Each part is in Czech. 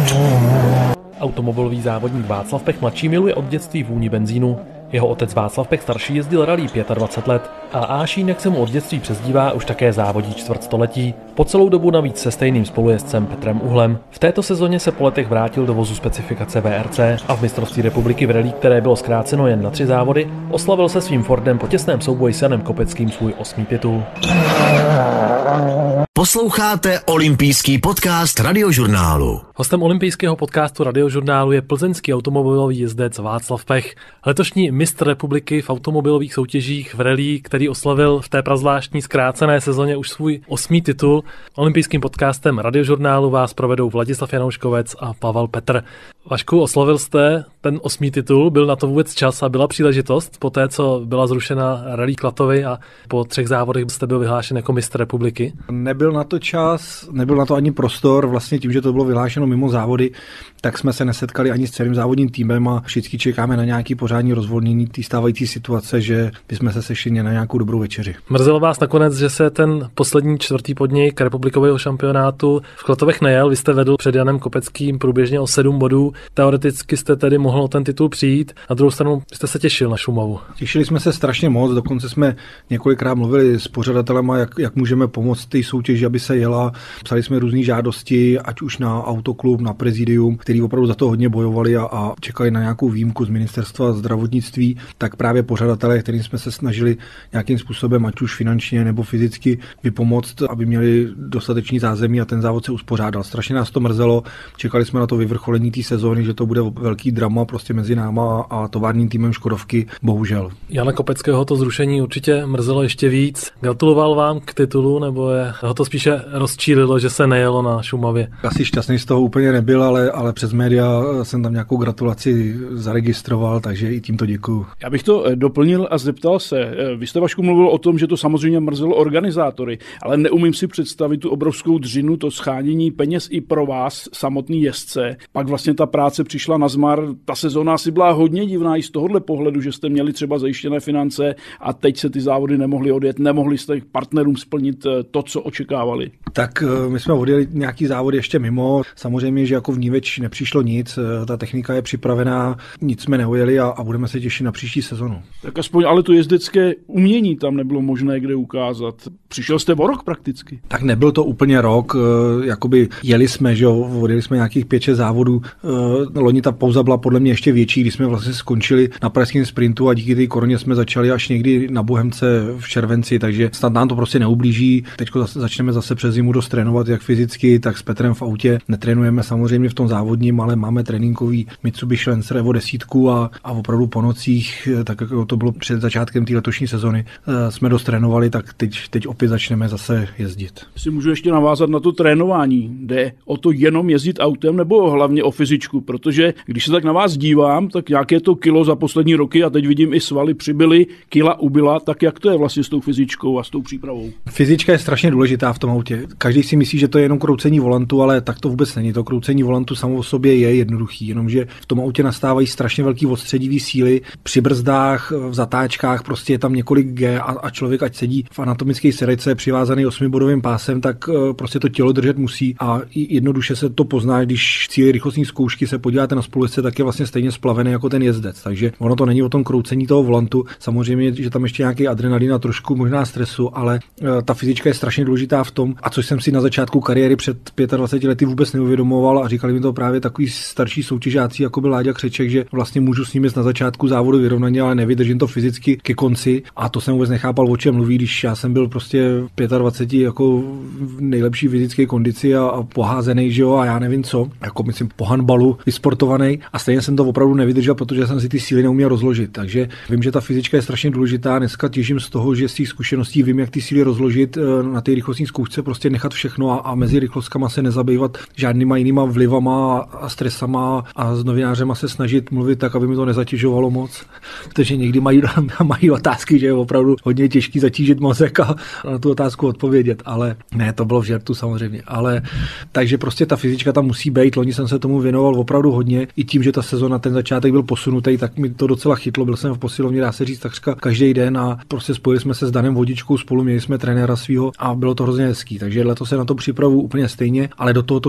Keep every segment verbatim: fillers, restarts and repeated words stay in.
Automobilový závodník Václav Pech mladší miluje od dětství vůni benzínu. Jeho otec Václav Pech starší jezdil rallye dvacet pět let a Ášín, jak se mu od dětství přezdívá, už také závodí čtvrtstoletí. Po celou dobu navíc se stejným spolujezdcem Petrem Uhlem. V této sezóně se po letech vrátil do vozu specifikace V R C a v mistrovství republiky v rallye, které bylo zkráceno jen na tři závody, oslavil se svým Fordem po těsném souboji s Janem Kopeckým svůj osmý titul. Posloucháte olympijský podcast Radiožurnálu. Hostem olympijského podcastu Radiožurnálu je plzeňský automobilový jezdec Václav Pech. Letošní mistr republiky v automobilových soutěžích v rallye, který oslavil v té prazvláštní zkrácené sezóně už svůj osmý titul. Olympijským podcastem Radiožurnálu vás provedou Vladislav Janouškovec a Pavel Petr. Vašku, oslavil jste ten osmý titul, byl na to vůbec čas a byla příležitost po té, co byla zrušena rallye Klatovy a po třech závodech jste byl vyhlášen jako mistr republiky? Nebyl na to čas, nebyl na to ani prostor, vlastně tím, že to bylo vyhlášeno mimo závody, tak jsme se nesetkali ani s celým závodním týmem a všichni čekáme na nějaký pořádný rozvolnění té stávající situace, že bychom se sešli na nějakou dobrou večeři. Mrzelo vás nakonec, že se ten poslední čtvrtý podnik republikového šampionátu v Klatovech nejel, vy jste vedl před Janem Kopeckým průběžně o sedm bodů, teoreticky jste tedy mohl o ten titul přijít, na druhou stranu jste se těšil na Šumavu. Těšili jsme se strašně moc, dokonce jsme několikrát mluvili s pořadatelem, jak, jak můžeme pomoct té soutěži, aby se jela. Psali jsme různé žádosti, ať už na autoklub, na prezidium, který opravdu za to hodně bojovali a, a čekali na nějakou výjimku z ministerstva zdravotnictví, tak právě pořadatelé, kterým jsme se snažili nějakým způsobem, ať už finančně nebo fyzicky, vypomoct, aby měli dostatečný zázemí a ten závod se uspořádal. Strašně nás to mrzelo, čekali jsme na to vyvrcholení té sezóny, že to bude velký drama prostě mezi náma a továrním týmem Škodovky, bohužel. Jana Kopeckého to zrušení určitě mrzelo ještě víc. Gratuloval vám k titulu, nebo je, ho to spíše rozčílilo, že se nejelo na Šumavě? Asi šťastný z toho úplně nebyl, ale, ale přes média jsem tam nějakou gratulaci zaregistroval, takže i tímto děkuju. Já bych to doplnil a zeptal se. Vy jste, Vašku, mluvil o tom, že to samozřejmě mrzelo organizátory, ale neumím si představit tu obrovskou dřinu, to schánění peněz i pro vás, samotný jezdce. Pak vlastně ta práce přišla na zmar. Ta sezóna asi byla hodně divná i z tohohle pohledu, že jste měli třeba zajištěné finance a teď se ty závody nemohly odjet, nemohli jste partnerům splnit to, co očekávali. Tak my jsme odjeli nějaký závody ještě mimo. Samozřejmě, že jako v Níveč nepřišlo nic, ta technika je připravená, nic jsme neujeli a, a budeme se těšit na příští sezonu. Tak aspoň ale to jezdecké umění tam nebylo možné kde ukázat. Přišel jste o rok prakticky. Tak nebyl to úplně rok, jakoby jeli jsme, že jo, odjeli jsme nějakých pět šest závodů. Loni ta pauza byla podle mě ještě větší, když jsme vlastně skončili na pražském sprintu a díky té koroně jsme začali až někdy na Bohemce v červenci, takže snad nám to prostě neublíží. Teď začneme zase přes zimu dost trénovat, jak fyzicky, tak s Petrem v autě. Netrénujeme samozřejmě v tom závodním, ale máme tréninkový Mitsubishi Lancer Evo desítku a, a opravdu po nocích, tak jako to bylo před začátkem té letošní sezony, jsme dost trénovali, tak teď, teď opět začneme zase jezdit. Si můžu ještě navázat na to trénování. Jde o to jenom jezdit autem nebo hlavně o fyzičku, protože když se tak na vás dívám, tak nějaké to kilo za poslední roky a teď vidím i svaly přibyly, kila ubyla, tak jak to je vlastně s tou fyzičkou a s tou přípravou? Fyzička je strašně důležitá v tom autě. Každý si myslí, že to je jenom kroucení volantu, ale tak to vůbec není. To kroucení volantu samo o sobě je jednoduchý, jenomže v tom autě nastávají strašně velký odstředivý síly. Při brzdách, v zatáčkách prostě je tam několik G a, a člověk, ať sedí v anatomické sedačce přivázaný osmibodovým pásem, tak prostě to tělo držet musí a jednoduše se to pozná, když v cíli rychlostní zkoušky se podíváte na spolujezdce, tak je vlastně stejně splavený jako ten jezdec. Takže ono to není o tom kroucení toho volantu. Samozřejmě, že tam ještě nějaký adrenalin a trošku možná stresu, ale ta fyzička je strašně důležitá v tom, a což jsem si na začátku kariéry před dvaceti pěti lety vůbec neuvědomoval a říkali mi to právě takový starší soutěžáci, jako byl Láďa Křeček, že vlastně můžu s nimi na začátku závodu vyrovnaně, ale nevydržím to fyzicky ke konci a to jsem vůbec nechápal, o čem mluví, když já jsem byl prostě v dvaceti pěti jako v nejlepší fyzické kondici a, a poházený, že jo, a já nevím co, jako myslím po handbalu vysportovaný a stejně jsem to opravdu nevydržel, protože jsem si ty síly neuměl rozložit. Takže vím, že ta fyzička je strašně důležitá. Dneska těžím z toho, že z těch zkušeností vím, jak ty síly rozložit na té rychlostní zkoušce, prostě nechat všechno a, a mezi rychlostkama se nezabývat žádnýma jinýma vlivama a stresama a s novinářema se snažit mluvit tak, aby mi to nezatěžovalo moc, protože někdy mají, mají otázky, že je opravdu hodně těžký zatížit mozek a na tu otázku odpovědět, ale ne, to bylo v žertu samozřejmě, ale takže prostě ta fyzička tam musí být. Loni jsem se tomu věnoval opravdu hodně, i tím, že ta sezona, ten začátek byl posunutý, tak mi to docela chytlo. Byl jsem v posilovně, dá se říct, takřka každý den a prostě spojili jsme se s Danem Vodičkou spolu, měli jsme trenéra svýho a bylo to hrozně hezký. Takže letos se na to připravu úplně stejně, ale do toho to samozřejmě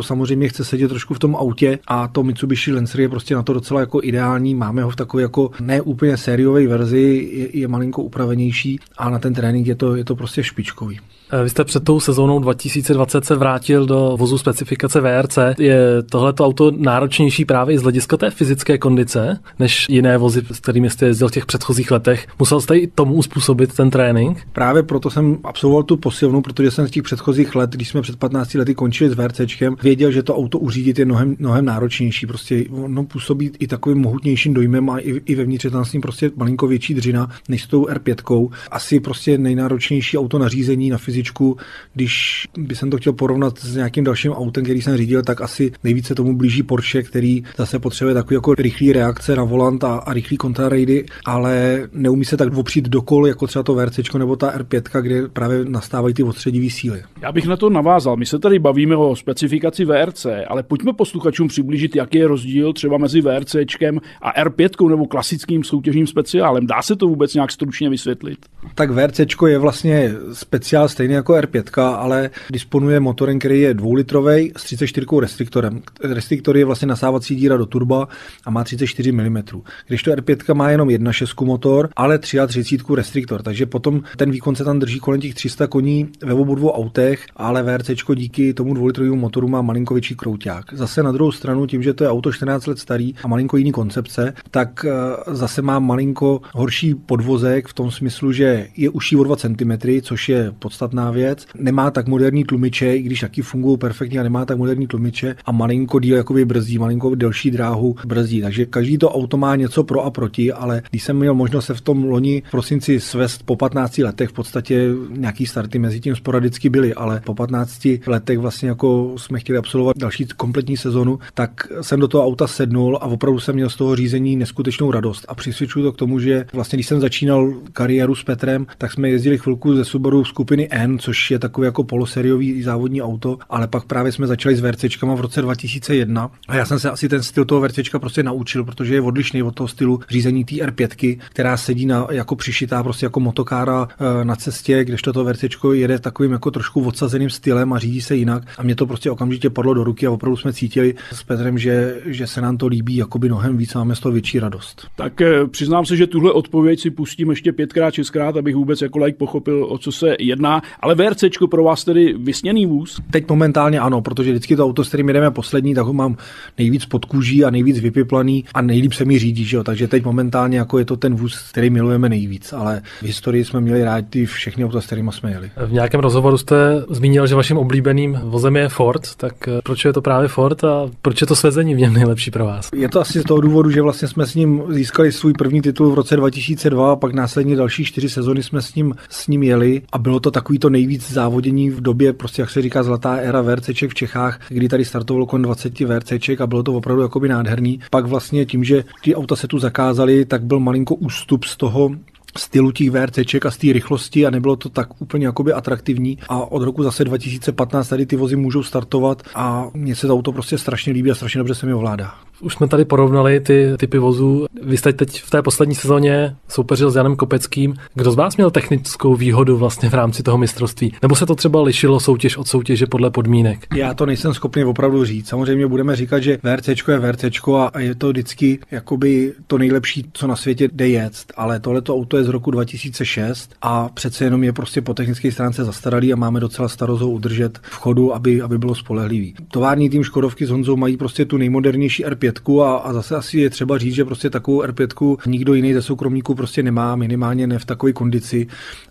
sobě chce sedět trošku v tom autě a to Mitsubishi Lancer je prostě na to docela jako ideální. Máme ho v takové jako ne úplně sériové verzi, je, je malinko upravenější a na ten trénink je to, je to prostě špičkový. Vy jste před tou sezónou dva tisíce dvacet se vrátil do vozu specifikace V R C. Je tohleto auto náročnější právě i z hlediska té fyzické kondice, než jiné vozy, s kterými jste jezdil v těch předchozích letech? Musel jste i tomu uspůsobit ten trénink? Právě proto jsem absolvoval tu posilovnu, protože jsem z těch předchozích let, když jsme před patnácti lety končili s VRCčkem, věděl, že to auto uřídit je mnohem, mnohem náročnější. Prostě ono působí i takovým mohutnějším dojmem a i, i vevnitř je tam s ním prostě malinko větší dřina než s tou R pět. Asi prostě nejnáročnější auto na řízení, na fyzičku. Když by jsem to chtěl porovnat s nějakým dalším autem, který jsem řídil, tak asi nejvíce tomu blíží Porsche, který zase potřebuje takový jako rychlý reakce na volant a, a rychlý kontrarejdy, ale neumí se tak opřít do kol, jako třeba to VRCčko nebo ta R pět, kde právě nastávají ty odstředivý síly. Já bych na to navázal. My se tady bavíme o specifikaci V R C, ale pojďme posluchačům přiblížit, jaký je rozdíl třeba mezi VRCčkem a R pět nebo klasickým soutěžním speciálem. Dá se to vůbec nějak stručně vysvětlit? Tak VRCčko je vlastně speciál stejný jako R pět, ale disponuje motorem, který je dvoulitrový s třicet čtyři restriktorem. Restriktor je vlastně nasávací díra do turba a má třicet čtyři milimetrů. Když to R pět má jenom jedna šest motor, ale třicet tři restriktor, takže potom ten výkon se tam drží kolem těch tři sta koní ve obou dvou autech, ale VRCčko díky tomu dvoulitrovému motoru má malinko větší krouťák. Zase na druhou stranu, tím, že to je auto čtrnáct let starý a malinko jiný koncepce, tak zase má malinko horší podvozek v tom smyslu, že je užší o dva centimetry, což je podstatná věc. Nemá tak moderní tlumiče, i když taky fungují perfektně, a nemá tak moderní tlumiče a malinko díl jakoby brzdí, malinko delší dráhu brzdí. Takže každý to auto má něco pro a proti, ale když jsem měl možnost se v tom loni v prosinci svést po patnácti letech, v podstatě nějaký starty mezi tím sporadicky byly, ale po patnácti letech vlastně jako jsme chtěli absolvovat další kompletní sezonu, tak jsem do toho auta sednul a opravdu jsem měl z toho řízení neskutečnou radost. A přisvědčuju to k tomu, že vlastně když jsem začínal kariéru s Petrem, tak jsme jezdili chvilku ze Subaru skupiny N, což je takový jako poloseriový závodní auto, ale pak právě jsme začali s VRCčkama v roce dva tisíce jedna a já jsem se asi ten styl toho VRCčka prostě naučil, protože je odlišný od toho stylu řízení té R pět, která sedí na, jako přišitá prostě jako motokára e, na cestě, kdežto to VRCčko jede takovým jako trošku odsazeným stylem a řídí se jinak a mě to prostě okamžitě padlo do ruky a opravdu jsme cítili s Petrem, že, že se nám to líbí jakoby mnohem víc a máme z toho větší radost. Tak e, přiznám se, že tuhle odpověď si pustím ještě pětkrát, šestkrát, abych vůbec jako laik pochopil, o co se jedná, ale VRCčko pro vás tedy vysněný vůz? Teď momentálně ano, protože vždycky to auto, s kterým jdeme poslední, tak ho mám nejvíc pod kůží a nejvíc vypiplaný a nejlíp se mi řídí, že jo? Takže teď momentálně jako je to ten vůz, který milujeme nejvíc, ale v historii jsme měli rádi všechny auta, s kterými jsme jeli. V nějakém rozhovoru jste zmínil, že vaším oblíbeným vozem je Ford, tak proč je to právě Ford a proč je to svezení v něm nejlepší pro vás? Je to asi z toho důvodu, že vlastně jsme s ním získali svůj první titul v roce dva tisíce dva a pak následně další čtyři sezony jsme s ním s ním jeli a bylo to takový to nejvíc závodění v době, prostě jak se říká, zlatá éra VRCček v Čechách, kdy tady startovalo kolem dvacet VRCček a bylo to opravdu jakoby nádherný. Pak vlastně tím, že ty auta se tu zakázaly, tak byl malinko ústup z toho stylu těch VRCček a z té rychlosti a nebylo to tak úplně jakoby atraktivní a od roku zase dva tisíce patnáct tady ty vozy můžou startovat a mně se to auto prostě strašně líbí a strašně dobře se mi ovládá. Už jsme tady porovnali ty typy vozů. Vy jste teď v té poslední sezóně soupeřil s Janem Kopeckým. Kdo z vás měl technickou výhodu vlastně v rámci toho mistrovství? Nebo se to třeba lišilo soutěž od soutěže podle podmínek? Já to nejsem schopný opravdu říct. Samozřejmě budeme říkat, že VRCčko je VRCčko a je to vždycky jakoby to nejlepší, co na světě jde jet, ale tohleto auto je z roku dva tisíce šest a přece jenom je prostě po technické stránce zastaralý a máme docela starost ho udržet v chodu, aby, aby bylo spolehlivý. Tovární tým Škodovky s Honzou mají prostě tu nejmodernější R pět a, a zase asi je třeba říct, že prostě takovou R pět nikdo jiný ze soukromníků prostě nemá, minimálně ne v takové kondici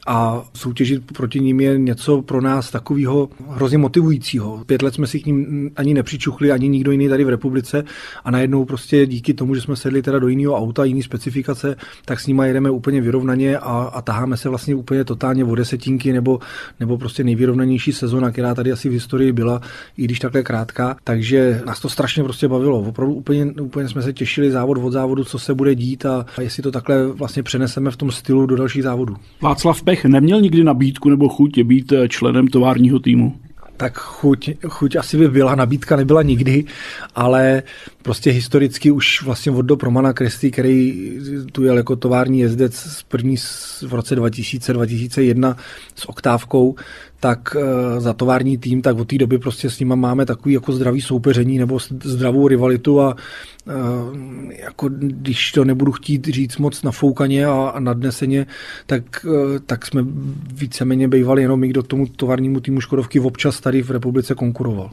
a soutěžit proti ním je něco pro nás takového hrozně motivujícího. Pět let jsme si k ním ani nepřičuchli, ani nikdo jiný tady v republice a najednou prostě díky tomu, že jsme sedli teda do jiného auta, jiný specifikace, tak s nima jedeme úplně vyrovnaně a, a taháme se vlastně úplně totálně o desetinky nebo, nebo prostě nejvyrovnanější sezona, která tady asi v historii byla, i když takhle krátká, takže nás to strašně prostě bavilo. Opravdu úplně, úplně jsme se těšili závod od závodu, co se bude dít a, a jestli to takhle vlastně přeneseme v tom stylu do dalších závodů. Václav Pech neměl nikdy nabídku nebo chuť být členem továrního týmu? Tak chuť, chuť asi by byla, nabídka nebyla nikdy, ale prostě historicky už vlastně od do Romana Kresty, který tu jel jako tovární jezdec z první v roce dva tisíce, dva tisíce jedna s oktávkou, tak za tovární tým, tak od té doby prostě s nima máme takový jako zdravý soupeření nebo zdravou rivalitu a jako když to nebudu chtít říct moc nafoukaně a nadneseně, tak, tak jsme víceméně bývali jenom my, kdo tomu továrnímu týmu Škodovky občas tady v republice konkuroval.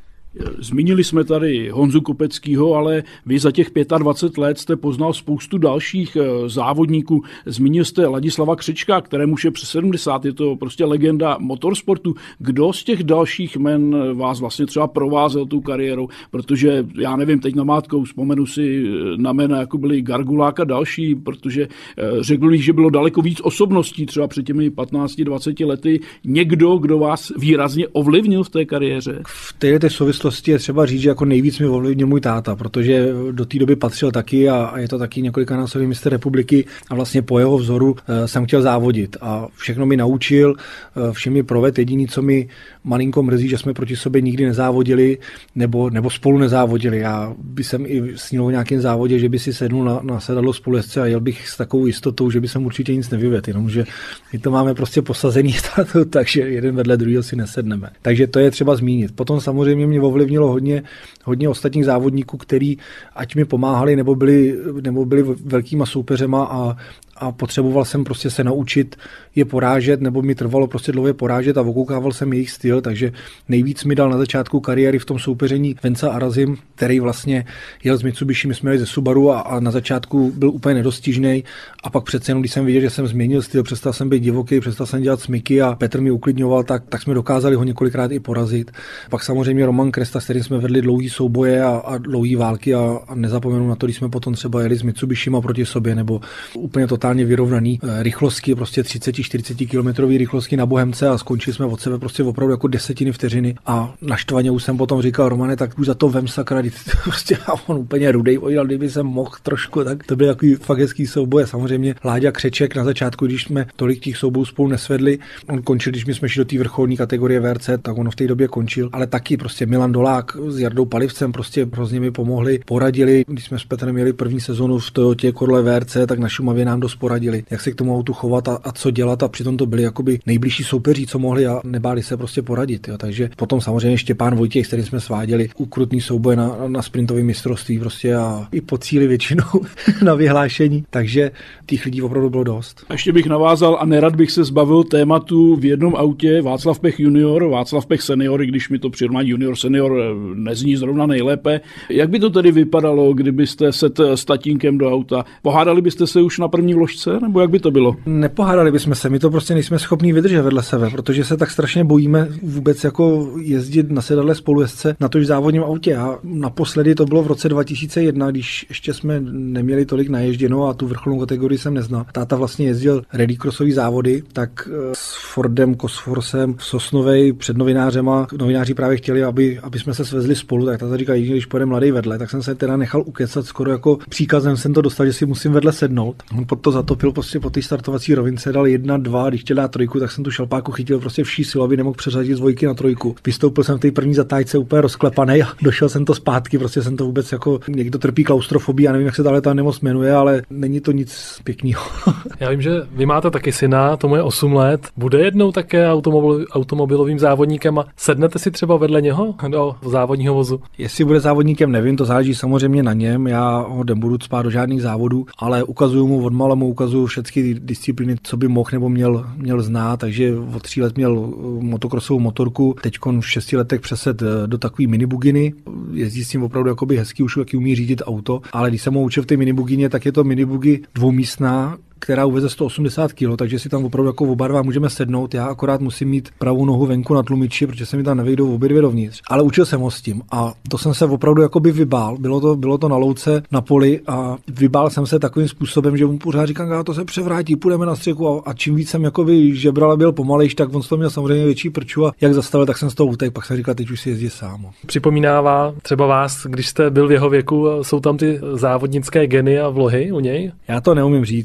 Zmínili jsme tady Honzu Kopeckýho, ale vy za těch dvacet pět let jste poznal spoustu dalších závodníků. Zmínil jste Ladislava Křečka, kterému je přes sedmdesát, je to prostě legenda motorsportu. Kdo z těch dalších men vás vlastně třeba provázel tou kariérou? Protože já nevím, teď namátkou vzpomenu si na jména, jako byli Gargulák a další, protože řekl bych, že bylo daleko víc osobností třeba před těmi patnácti dvaceti lety. Někdo, kdo vás výrazně ovlivnil v té kariéře? V této souvislosti je třeba říct, že jako nejvíc mi ovlivnil můj táta, protože do té doby patřil taky a, a je to taky několikanásobný mistr republiky a vlastně po jeho vzoru uh, jsem chtěl závodit a všechno mi naučil, uh, vše mi provedl. Jediný, co mi malinko mrzí, že jsme proti sobě nikdy nezávodili nebo, nebo spolu nezávodili. Já bych jsem i snil o nějakém závodě, že by si sednul na, na sedadlo spolujezdce a jel bych s takovou jistotou, že by jsem určitě nic nevyvedl, jenomže my to máme prostě posazený, takže jeden vedle druhého si nesedneme. Takže to je třeba zmínit. Potom samozřejmě mě ovlivnilo hodně, hodně ostatních závodníků, který ať mi pomáhali, nebo byli, nebo byli velkýma soupeřema a, a potřeboval jsem prostě se naučit je porážet, nebo mi trvalo prostě dlouho je porážet a okoukával jsem jejich styl, takže nejvíc mi dal na začátku kariéry v tom soupeření Venca Arazim, který vlastně jel z Mitsubishi, my jsme jeli ze Subaru a, a na začátku byl úplně nedostižnej a pak přece jenom, když jsem viděl, že jsem změnil styl, přestal jsem být divoký, přestal jsem dělat smyky a Petr mi uklidňoval, tak, tak jsme dokázali ho několikrát i porazit. Pak samozřejmě Roman Kresta, s kterým jsme vedli dlouhý souboje a, a dlouhý války a, a nezapomenu na to, když jsme potom třeba jeli s Mitsubishima proti sobě, nebo úplně totálně vyrovnaný rychlostky, prostě třicet až čtyřicet kilometrový rychlosti na Bohemce a skončili jsme od sebe prostě opravdu jako desetiny vteřiny a naštvaně už jsem potom říkal: Romane, tak už za to vem sakra, prostě a on úplně rudej, ojel, kdyby jsem mohl trošku, tak to byly takový fakt hezký souboje. Samozřejmě Láďa Křeček na začátku, když jsme tolik těch soubojů spolu nesvedli, on končil, když my jsme šli do té vrcholní kategorie V R C, tak on v té době končil, ale taky prostě Milan Dolák s Jardou Palivcem prostě hrozně mi pomohli, poradili, když jsme s Petrem měli první sezonu v Toyotě Corolle V R C, tak na Šumavě nám dost poradili, jak se k tomu autu chovat a, a co dělat, a přitom to byli jakoby nejbližší soupeři, co mohli, a nebáli se prostě poradit. Jo. Takže potom samozřejmě Štěpán Vojtěch, s kterým jsme sváděli ukrutný souboj na, na sprintovém mistrovství prostě a i po cíli většinou na vyhlášení. Takže těch lidí opravdu bylo dost. A ještě bych navázal a nerad bych se zbavil tématu v jednom autě Václav Pech junior, Václav Pech senior, i když mi to přirovnání junior senior nezní zrovna nejlépe. Jak by to tedy vypadalo, kdybyste set s tatínkem do auta? Pohádali byste se už na první vložce, nebo jak by to bylo? Nepohádali bychom se, my to prostě nejsme schopní vydržet vedle sebe, protože se tak strašně bojíme vůbec jako jezdit na sedadle spolujezdce na tož závodním autě. A naposledy to bylo v roce dva tisíce jedna, když ještě jsme neměli tolik naježděno a tu vrcholnou kategorii jsem neznal. Táta vlastně jezdil rallycrossový závody, tak s Fordem Cosforcem v Sosnovej před novinářema, novináři právě chtěli, aby, aby jsme se svezli spolu, tak táta říkal, když pojede mladý vedle, tak jsem se teda nechal ukecat, skoro jako příkazem jsem to dostal, že si musím vedle sednout. On pod to zatopil prostě po té startovací rovince, dal jedna, dva, když chtěl dát trojku, tak jsem tu šalpáku chytil prostě vší silu, aby nemohl přeřadit z dvojky na trojku. Vystoupil jsem v té první zatáčce úplně rozklepaný a došel jsem to zpátky, prostě jsem to vůbec jako, někdo trpí klaustrofobii, já nevím, jak se dále ta nemoc jmenuje, ale není to nic pěkného. Já vím, že vy máte taky syna, tomu je osm let. Bude jednou také automobil, automobilovým závodníkem a sednete si třeba vedle něho do závodního vozu? Jestli bude závodníkem, nevím, to záleží samozřejmě na něm. Já ho nebudu cpát do žádných závodů, ale ukazuju mu odmala, mu ukazuju všechny disciplíny, co by mohl nebo měl, měl znát, takže od tří let měl motokrosovou motorku, teďkon v šesti letech přesed do takové minibuginy, jezdí s tím opravdu jakoby hezký, už jaký umí řídit auto, ale když jsem ho učil v té minibugině, tak je to minibugy dvoumístná, která uveze sto osmdesát kilogramů, takže si tam opravdu jako oba dva můžeme sednout. Já akorát musím mít pravou nohu venku na tlumiči, protože se mi tam nevejdou obě dvě dovnitř. Ale učil jsem ho s tím a to jsem se opravdu jakoby vybál. Bylo to, bylo to na louce, na poli a vybál jsem se takovým způsobem, že mu pořád říkám, to se převrátí, půjdeme na střechu, a, a čím víc jsem jakoby žebral a byl pomalejš, tak on to měl samozřejmě větší prču a jak zastavil, tak jsem z toho utek, pak jsem říkal, teď už si jezdí sám. Připomínává třeba vás, když jste byl v jeho věku, jsou tam ty závodnické geny a vlohy u něj? Já to neumím říct. Já to měl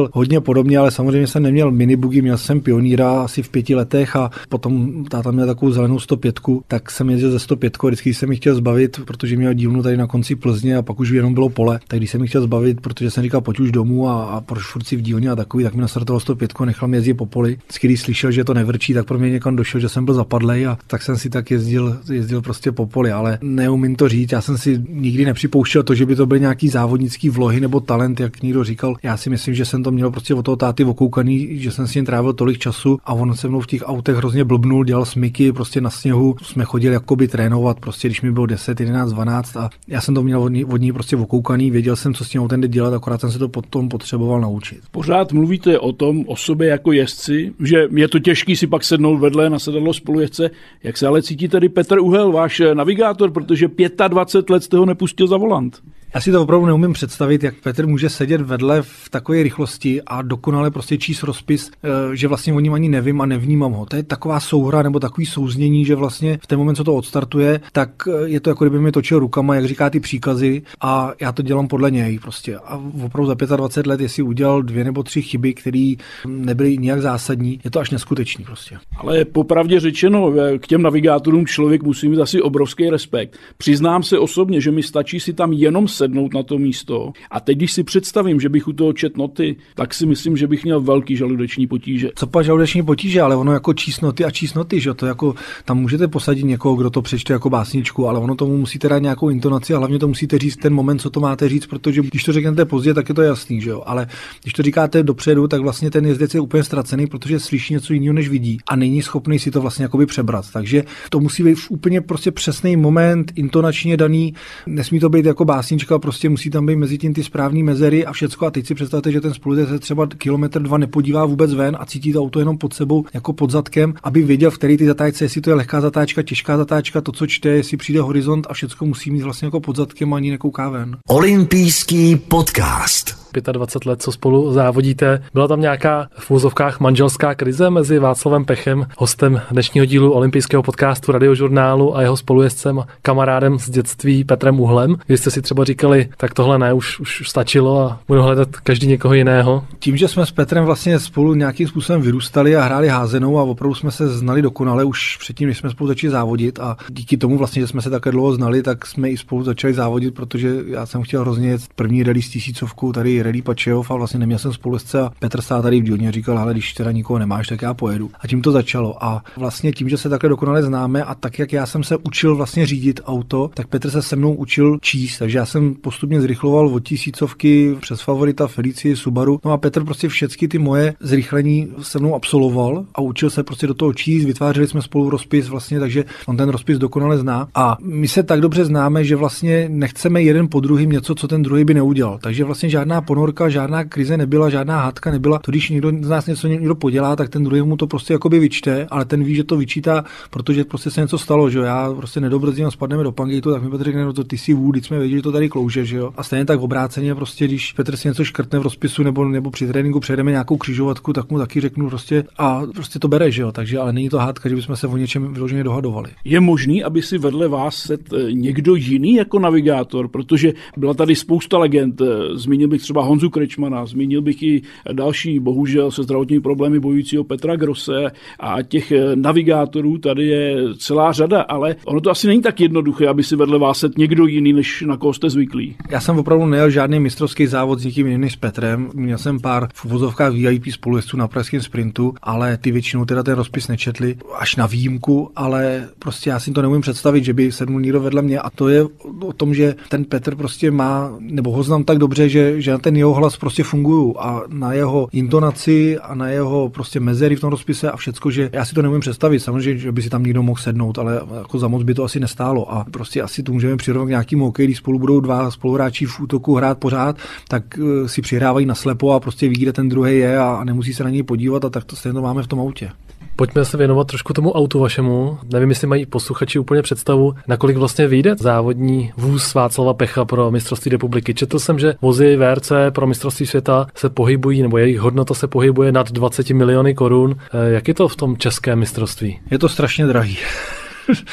jezdil hodně podobně, ale samozřejmě jsem neměl minibugy, měl jsem Pioníra asi v pěti letech a potom táta měl takovou zelenou sto pět, tak jsem jezdil ze sto pět, vždycky jsem ji chtěl zbavit, protože měl dílnu tady na konci Plzně a pak už jenom bylo pole, tak když jsem ji chtěl zbavit, protože jsem říkal pojď už domů a, a proč furt si v dílně a takový, tak mi nastartoval sto pět, nechal mě jezdit po poli. Když slyšel, že to nevrčí, tak pro mě někam došel, že jsem byl zapadlej a tak jsem si tak jezdil, jezdil prostě po poli, ale neumím to říct. Já jsem si nikdy nepřipouštěl to, že by to byl nějaký závodnický vlohy nebo talent, jak někdo říkal. Já si myslím, že jsem to měl prostě od toho táty okoukaný, že jsem si jen trávil tolik času a on se mnou v těch autech hrozně blbnul, dělal smyky, prostě na sněhu jsme chodili jakoby trénovat, prostě když mi bylo deset, jedenáct, dvanáct a já jsem to měl od ní, od ní prostě okoukaný, věděl jsem, co s tím autem jde dělat, akorát jsem se to potom potřeboval naučit. Pořád mluvíte o tom, o sobě jako jezdci, že je to těžký si pak sednout vedle na sedadlo spolujezdce. Jak se ale cítí tedy Petr Uhel, váš navigátor, protože dvacet pět let jste ho nepustil za volant? Já si to opravdu neumím představit, jak Petr může sedět vedle v takové rychlosti a dokonale prostě číst rozpis, že vlastně o ním ani nevím a nevnímám ho. To je taková souhra nebo takový souznění, že vlastně v ten moment, co to odstartuje, tak je to jako kdyby mi točil rukama, jak říká ty příkazy a já to dělám podle něj prostě. A opravdu za dvacet pět let, jestli udělal dvě nebo tři chyby, které nebyly nijak zásadní, je to až neskutečný prostě. Ale popravdě řečeno, k těm navigátorům člověk musí mít asi obrovský respekt. Přiznám se osobně, že mi stačí si tam jenom sednout na to místo. A teď, když si představím, že bych u toho čet noty, tak si myslím, že bych měl velký žaludeční potíže. Co pa žaludeční potíže, ale ono jako číst noty a číst noty, že to jako tam můžete posadit někoho, kdo to přečte jako básničku, ale ono tomu musíte dát nějakou intonaci a hlavně to musíte říct ten moment, co to máte říct, protože když to řeknete pozdě, tak je to jasný, že jo, ale když to říkáte dopředu, tak vlastně ten jezdec je úplně ztracený, protože slyší něco jiného, než vidí a není schopný si to vlastně jakoby přebrat. Takže to musí být úplně prostě přesný moment, intonačně daný, nesmí to být jako básnička, prostě musí tam být mezi tím ty správné mezery a všecko. A teď si představte, že ten spolujezdec se třeba kilometr dva nepodívá vůbec ven a cítí to auto jenom pod sebou, jako pod zadkem, aby věděl, v který ty zatáčce, jestli to je lehká zatáčka, těžká zatáčka, to, co čte, jestli přijde horizont a všecko musí mít vlastně jako pod zadkem a ani nekouká ven. Olympijský podcast. dvacet pět let, co spolu závodíte. Byla tam nějaká v úzovkách manželská krize mezi Václavem Pechem, hostem dnešního dílu olympijského podcastu Radiožurnálu a jeho spolujezdcem a kamarádem z dětství Petrem Uhlem, kdy jste si třeba říkali, tak tohle ne, už, už stačilo a budu hledat každý někoho jiného? Tím, že jsme s Petrem vlastně spolu nějakým způsobem vyrůstali a hráli házenou a opravdu jsme se znali dokonale už předtím, než jsme spolu začali závodit a díky tomu vlastně, že jsme se také dlouho znali, tak jsme i spolu začali závodit, protože já jsem chtěl hrozně jet první rally s tisícovkou tady Rally Pačejov a vlastně neměl jsem spolujezdce a Petr stál tady v dílně a říkal, hele, když teda nikoho nemáš, tak já pojedu. A tím to začalo. A vlastně tím, že se takhle dokonale známe a tak, jak já jsem se učil vlastně řídit auto, tak Petr se se mnou učil číst. Takže já jsem postupně zrychloval od tisícovky přes Favorita, Felicii, Subaru. No a Petr prostě všechny ty moje zrychlení se mnou absolvoval a učil se prostě do toho číst, vytvářeli jsme spolu rozpis vlastně, takže on ten rozpis dokonale zná. A my se tak dobře známe, že vlastně nechceme jeden po druhým něco, co ten druhý by neudělal. Takže vlastně žádná ponorka, žádná krize nebyla, žádná hádka nebyla. To, když někdo z nás něco někdo podělá, tak ten druhý mu to prostě jakoby vyčte, ale ten ví, že to vyčítá, protože prostě se něco stalo, že jo. Já prostě nedobrzdím a spadneme do pangejtu, tak mi Petr řekne, no to ty si vů, když jsme věděli, že to tady klouže, že jo. A stejně tak obráceně, prostě když Petr si něco škrtne v rozpisu nebo nebo při tréninku přejdeme nějakou křižovatku, tak mu taky řeknu prostě a prostě to bere, že jo. Takže ale není to hádka, že bychom se o něčem vyloženě dohadovali. Je možný, aby si vedle vás set někdo jiný jako navigátor, protože byla tady spousta legend. Zmínil bych třeba Honzu Krečmana, zmínil bych i další, bohužel se zdravotními problémy bojujícího Petra Grosse a těch navigátorů tady je celá řada, ale ono to asi není tak jednoduché, aby si vedle vás set někdo jiný, než na koho jste zvyklí. Já jsem opravdu nejel žádný mistrovský závod s někým jiným než s Petrem. Měl jsem pár v uvozovkách V I P spolujezdců na pražském sprintu, ale ty většinou teda ten rozpis nečetli, až na výjimku, ale prostě já si to neumím představit, že by sednul někdo vedle mě a to je o tom, že ten Petr prostě má, nebo ho znám tak dobře, že, že na ten jeho hlas prostě fungují a na jeho intonaci a na jeho prostě mezery v tom rozpise a všecko, že já si to neumím představit. Samozřejmě, že by si tam někdo mohl sednout, ale jako za moc by to asi nestálo a prostě asi to můžeme přirovnat k nějakému hokeji, když spolu budou dva spoluhráči v útoku hrát pořád, tak si přihrávají na slepo a prostě ví, kde ten druhý je a nemusí se na něj podívat a tak to stejně to máme v tom autě. Pojďme se věnovat trošku tomu autu vašemu. Nevím, jestli mají posluchači úplně představu, nakolik vlastně vyjde závodní vůz Václava Pecha pro mistrovství republiky. Četl jsem, že vozy V R C pro mistrovství světa se pohybují, nebo jejich hodnota se pohybuje nad dvacet miliony korun. Jak je to v tom českém mistrovství? Je to strašně drahý.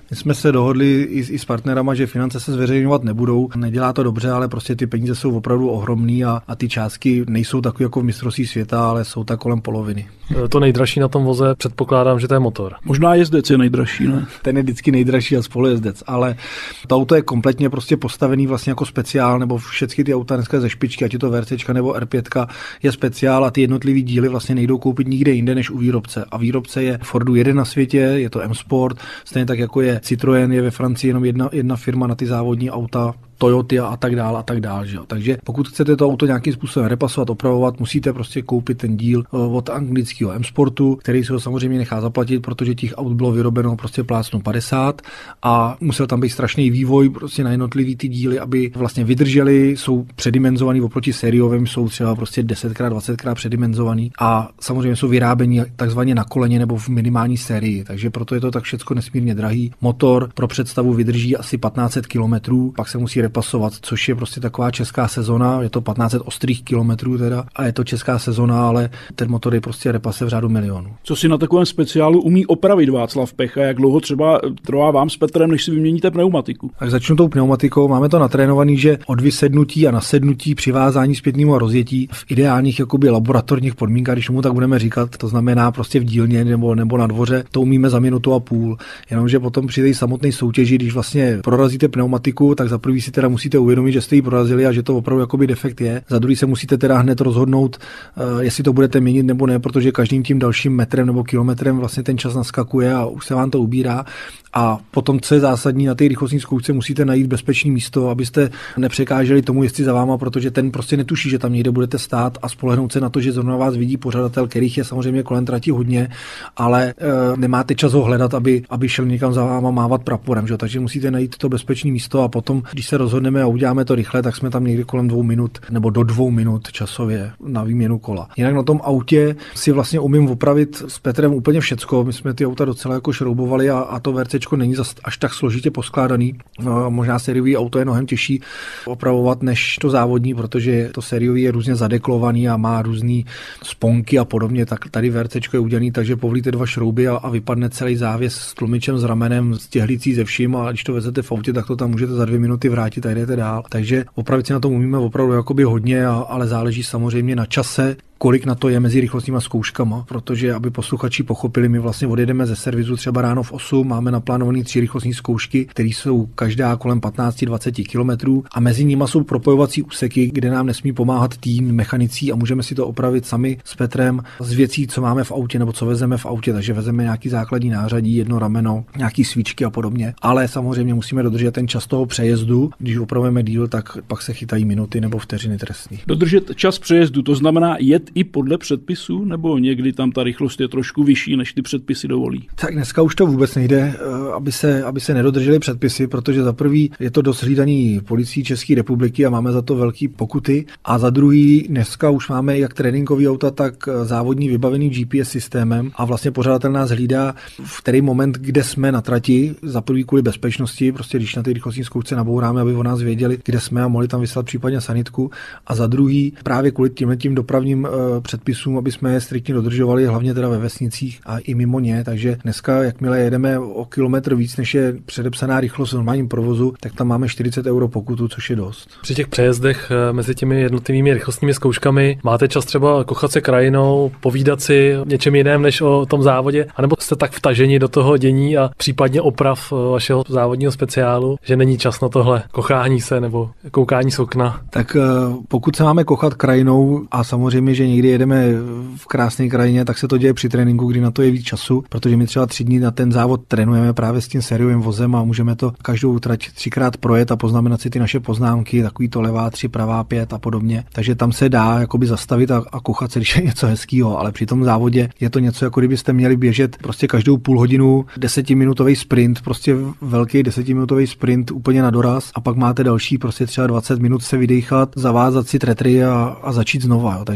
My jsme se dohodli i, i s partnerama, že finance se zveřejňovat nebudou. Nedělá to dobře, ale prostě ty peníze jsou opravdu ohromný a, a ty částky nejsou takové jako v mistrovství světa, ale jsou tak kolem poloviny. To nejdražší na tom voze předpokládám, že to je motor. Možná jezdec je nejdražší, ne? Ten je vždycky nejdražší a spolujezdec, ale to auto je kompletně prostě postavený vlastně jako speciál, nebo všechny ty auta dneska ze špičky, ať je to VRCčka nebo R pět je speciál a ty jednotlivý díly vlastně nejdou koupit nikde jinde než u výrobce. A výrobce je Fordu jeden na světě, je to M-Sport, stejně tak jako je Citroën, je ve Francii jenom jedna, jedna firma na ty závodní auta, Toyoty a tak dále a tak dále. Že? Takže pokud chcete to auto nějakým způsobem repasovat, opravovat, musíte prostě koupit ten díl od anglického M-Sportu, který se ho samozřejmě nechá zaplatit, protože těch aut bylo vyrobeno prostě plácnu padesát a musel tam být strašný vývoj prostě na jednotlivý ty díly, aby vlastně vydrželi, jsou předimenzovaný oproti sériovým, jsou třeba prostě desetkrát, dvacetkrát předimenzovaný a samozřejmě jsou vyráběni takzvaně na koleně nebo v minimální sérii, takže proto je to tak všecko nesmírně drahý. Motor pro představu vydrží asi patnáct set kilometrů, pak se musí repasovat, což je prostě taková česká sezona, je to patnáct set ostrých kilometrů teda a je to česká sezona, ale ten motor je prostě repase v řádu milionů. Co si na takovém speciálu umí opravit Václav Pech a jak dlouho třeba trvá vám s Petrem, než si vyměníte pneumatiku? Tak začnu tou pneumatikou, máme to natrénovaný, že od vysednutí a nasednutí, přivázání zpětnému a rozjetí v ideálních jakoby laboratorních podmínkách, když mu tak budeme říkat, to znamená prostě v dílně nebo, nebo na dvoře, to umíme za minutu a půl. Jenomže potom při té samotné soutěži, když vlastně prorazíte pneumatiku, tak za prvý si teda musíte uvědomit, že jste ji prorazili a že to opravdu jakoby defekt je. Za druhý se musíte teda hned rozhodnout, uh, jestli to budete měnit nebo ne, protože každým tím dalším metrem nebo kilometrem vlastně ten čas naskakuje a už se vám to ubírá. A potom, co je zásadní, na té rychlostní zkoušce musíte najít bezpečné místo, abyste nepřekáželi tomu jezdci za váma, protože ten prostě netuší, že tam někde budete stát a spolehnout se na to, že zrovna vás vidí pořadatel, kterých je samozřejmě kolem trati hodně, ale e, nemáte čas ho hledat, aby, aby šel někam za váma mávat praporem, že? Takže musíte najít to bezpečné místo a potom, když se rozhodneme a uděláme to rychle, tak jsme tam někdy kolem dvou minut nebo do dvou minut časově na výměnu kola. Jinak na tom autě si vlastně umím opravit s Petrem úplně všecko. My jsme ty auta docela jako šroubovali a, a to VRC není až tak složitě poskládaný. No, možná sériový auto je mnohem těžší opravovat než to závodní, protože to sériový je různě zadeklovaný a má různý sponky a podobně. Tak tady VRCčko je udělaný, takže povlíte dva šrouby a, a vypadne celý závěs s tlumičem, s ramenem, s těhlicí ze vším a když to vezete v autě, tak to tam můžete za dvě minuty vrátit a jdete dál. Takže opravit si na tom umíme opravdu jakoby hodně, a, ale záleží samozřejmě na čase, kolik na to je mezi rychlostníma zkouškama, protože aby posluchači pochopili, my vlastně odjedeme ze servisu třeba ráno v osm, máme naplánované tři rychlostní zkoušky, které jsou každá kolem patnáct až dvacet kilometrů a mezi nimi jsou propojovací úseky, kde nám nesmí pomáhat tým mechanicí a můžeme si to opravit sami s Petrem z věcí, co máme v autě nebo co vezeme v autě, takže vezeme nějaký základní nářadí, jedno rameno, nějaký svíčky a podobně, ale samozřejmě musíme dodržet ten čas toho přejezdu. Když opravujeme díl, tak pak se chytají minuty nebo vteřiny trestní. Dodržet čas přejezdu, to znamená jet i podle předpisů, nebo někdy tam ta rychlost je trošku vyšší, než ty předpisy dovolí? Tak dneska už to vůbec nejde, aby se, aby se nedodržely předpisy, protože za prvý je to dost hlídaný policií České republiky a máme za to velký pokuty. A za druhý dneska už máme jak tréninkový auta, tak závodní vybavený G P S systémem a vlastně pořadatel nás hlídá v který moment, kde jsme na trati, za prvý kvůli bezpečnosti, prostě když na té rychlostní zkoušce nabouráme, aby o nás věděli, kde jsme a mohli tam vyslat případně sanitku. A za druhý právě kvůli tímhle tím dopravním předpisům, aby jsme je striktně dodržovali, hlavně teda ve vesnicích a i mimo ně. Takže dneska, jakmile jedeme o kilometr víc, než je předepsaná rychlost v normálním provozu, tak tam máme čtyřicet euro pokutu, což je dost. Při těch přejezdech mezi těmi jednotlivými rychlostními zkouškami máte čas třeba kochat se krajinou, povídat si něčem jiném než o tom závodě, anebo jste tak vtaženi do toho dění a případně oprav vašeho závodního speciálu, že není čas na tohle kochání se nebo koukání z okna? Tak pokud se máme kochat krajinou a samozřejmě, že někdy jedeme v krásné krajině, tak se to děje při tréninku, kdy na to je víc času, protože my třeba tři dny na ten závod trénujeme právě s tím sériovým vozem a můžeme to každou trať třikrát projet a poznamenat si ty naše poznámky, takový to levá tři, pravá pět a podobně. Takže tam se dá jakoby zastavit a, a kochat se, když je něco hezkýho, ale při tom závodě je to něco, jako kdybyste měli běžet prostě každou půl hodinu desetiminutový sprint, prostě velký desetiminutový sprint úplně na doraz a pak máte další prostě třeba dvacet minut se vydechat, zavázat si tretry a, a začít znova. Jo. Takže na tom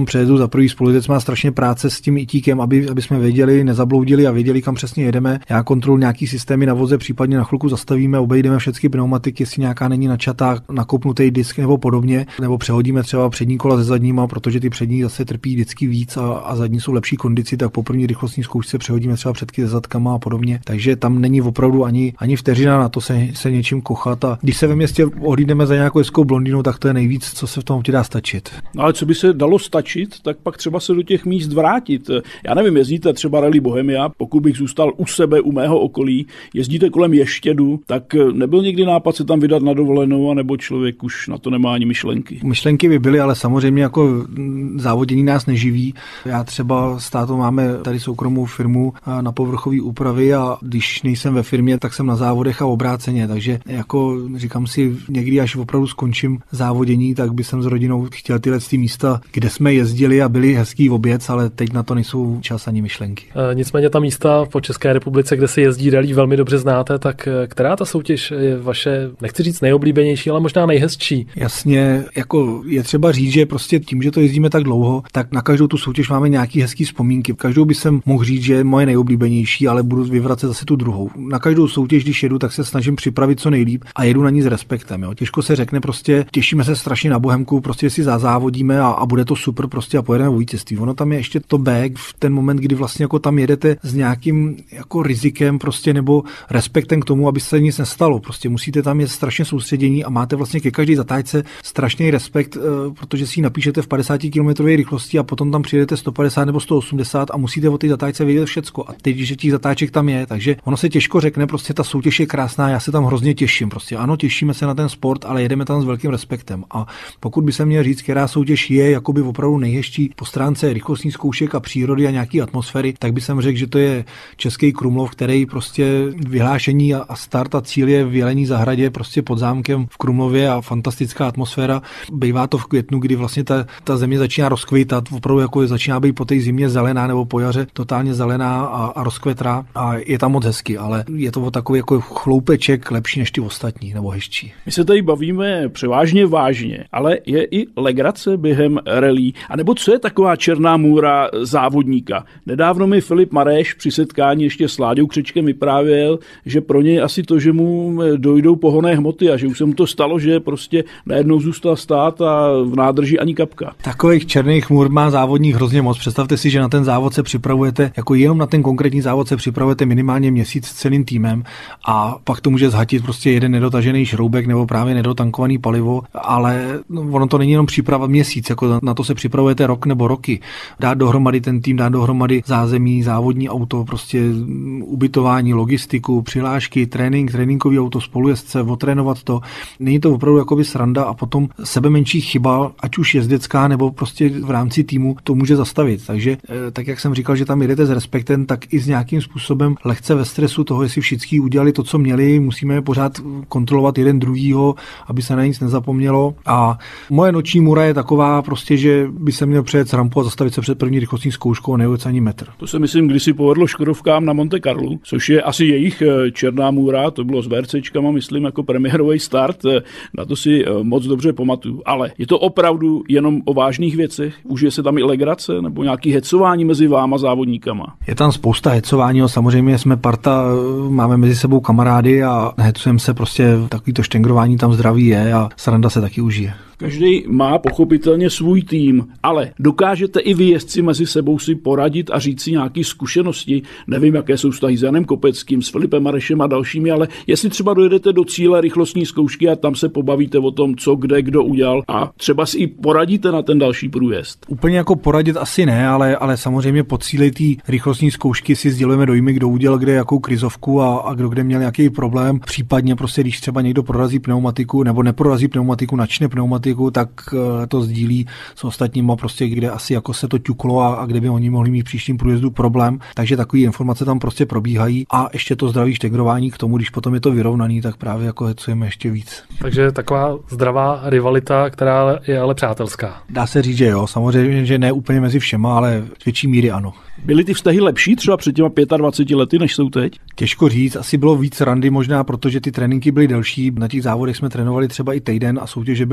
tom přejezdu za prvý spolujezd má strašně práce s tím itíkem, aby, aby jsme věděli, nezabloudili a věděli, kam přesně jedeme. Já kontroluji nějaký systémy na voze, případně na chvilku zastavíme, obejdeme všechny pneumatiky, jestli nějaká není načatá, nakopnutý disk nebo podobně, nebo přehodíme třeba přední kola se zadníma, protože ty přední zase trpí vždycky víc a, a zadní jsou v lepší kondici, tak po první rychlostní zkoušce přehodíme třeba předky se zadkama a podobně. Takže tam není opravdu ani, ani vteřina na to se, se něčím kochat. A když se ve městě ohlídneme za nějakou hezkou blondýnou, tak to je nejvíc, co se v tom autě dá stačit. No ale co by se dalo stačit, tak pak třeba se do těch míst vrátit. Já nevím, jezdíte třeba Rally Bohemia, pokud bych zůstal u sebe, u mého okolí, jezdíte kolem Ještědu, tak nebyl někdy nápad se tam vydat na dovolenou, anebo člověk už na to nemá ani myšlenky. Myšlenky by byly, ale samozřejmě jako závodění nás neživí. Já třeba s tátou máme tady soukromou firmu na povrchové úpravy a když nejsem ve firmě, tak jsem na závodech a obráceně, takže jako říkám si, někdy až opravdu skončím závodění, tak by jsem s rodinou chtěl tyhle ty místa, kde jsme jezdili a byli hezký oběd, ale teď na to nejsou čas ani myšlenky. E, nicméně ta místa po České republice, kde se jezdí rally, velmi dobře znáte, tak která ta soutěž je vaše, nechci říct nejoblíbenější, ale možná nejhezčí? Jasně, jako je třeba říct, že prostě tím, že to jezdíme tak dlouho, tak na každou tu soutěž máme nějaký hezký vzpomínky. Každou by jsem mohl říct, že je moje nejoblíbenější, ale budu vyvracet zase tu druhou. Na každou soutěž, když jedu, tak se snažím připravit co nejlíp a jedu na ní s respektem. Jo. Těžko se řekne, prostě těšíme se strašně na Bohemku, prostě si zazávodíme a, a bude to super prostě a pojedeme o vítězství. Ono tam je ještě to B, v ten moment, kdy vlastně jako tam jedete s nějakým jako rizikem prostě nebo respektem k tomu, aby se nic nestalo. Prostě musíte tam jet strašně soustředění a máte vlastně ke každé zatáčce strašný respekt, protože si ji napíšete v padesáti kilometrové rychlosti a potom tam přijedete sto padesát nebo sto osmdesát a musíte o té zatáčce vědět všecko. A teď, že těch zatáček tam je, takže ono se těžko řekne, prostě ta soutěž je krásná, já se tam hrozně těším. Prostě ano, těšíme se na ten sport, ale jedeme tam s velkým respektem. A pokud by se měl říct, která soutěž je jakoby opravdu nejhezčí po stránce rychlostní zkoušek a přírody a nějaký atmosféry, tak by jsem řekl, že to je Český Krumlov, který prostě vyhlášení a start a cíl je v Jelení zahradě, prostě pod zámkem v Krumlově a fantastická atmosféra. Bývá to v květnu, kdy vlastně ta, ta země začíná rozkvětat, opravdu jako začíná být po té zimě zelená nebo po jaře totálně zelená a, a rozkvetrá a je tam moc hezky, ale je to takový jako chloupeček lepší než ty ostatní nebo hezčí. My se tady bavíme převážně vážně, ale je i legrace během rally, anebo co je taková černá můra závodníka? Nedávno mi Filip Mareš při setkání ještě s Láďou Křečkem vyprávěl, že pro něj asi to, že mu dojdou pohonné hmoty a že už se mu to stalo, že prostě najednou zůstal stát a v nádrži ani kapka. Takových černých můr má závodník hrozně moc. Představte si, že na ten závod se připravujete, jako jenom na ten konkrétní závod se připravujete minimálně měsíc s celým týmem a pak to může zhatit prostě jeden nedotažený šroubek nebo právě nedotankovaný palivo, ale ono to není jenom příprava měsíc, jako na to se připravujete rok nebo roky. Dát dohromady ten tým, dát dohromady zázemí, závodní auto, prostě ubytování, logistiku, přihlášky, trénink, tréninkový auto, spolujezdce, otrénovat to. Není to opravdu jakoby sranda a potom sebe menší chyba, ať už jezdecká nebo prostě v rámci týmu, to může zastavit. Takže tak, jak jsem říkal, že tam jedete s respektem, tak i s nějakým způsobem lehce ve stresu toho, jestli všichni udělali to, co měli, musíme pořád kontrolovat jeden druhýho, aby se na nic nezapomnělo. A moje noční můra je taková prostě, že by se měl přejet s rampu a zastavit se před první rychlostní zkouškou a nejet ani metr. To se myslím kdysi povedlo Škodovkám na Monte Carlo, což je asi jejich černá můra, to bylo s VRCčkama, myslím, jako premiérový start, na to si moc dobře pamatuju. Ale je to opravdu jenom o vážných věcech? Užije se tam i legrace nebo nějaký hecování mezi váma závodníkama? Je tam spousta hecování, samozřejmě jsme parta, máme mezi sebou kamarády a hecujeme se, prostě takovýto štengrování tam zdraví je a sranda se taky užije. Každý má pochopitelně svůj tým, ale dokážete i vy jezdci mezi sebou si poradit a říct si nějaké zkušenosti. Nevím, jaké jsou vztahy s Janem Kopeckým, s Filipem Marešem a dalšími, ale jestli třeba dojedete do cíle rychlostní zkoušky a tam se pobavíte o tom, co kde kdo udělal a třeba si i poradíte na ten další průjezd. Úplně jako poradit asi ne, ale, ale samozřejmě po cíli té rychlostní zkoušky si sdělujeme dojmy, kdo udělal kde jakou krizovku a, a kdo kde měl nějaký problém. Případně prostě, když třeba někdo prorazí pneumatiku nebo neprorazí pneumatiku, načne pneumatiku, tak to sdílí s ostatníma, prostě kde asi jako se to ťuklo a, a kde by oni mohli mít v příštím průjezdu problém. Takže takové informace tam prostě probíhají a ještě to zdraví štengrování k tomu, když potom je to vyrovnaný, tak právě jako hecujeme ještě víc. Takže taková zdravá rivalita, která je ale přátelská. Dá se říct, že jo, samozřejmě, že ne úplně mezi všema, ale v větší míry ano. Byly ty vztahy lepší třeba před těma dvaceti pěti lety, než jsou teď? Těžko říct, asi bylo víc randy možná, protože ty tréninky byly delší. Na těch závodech jsme trénovali třeba i týden a soutěže byly delší,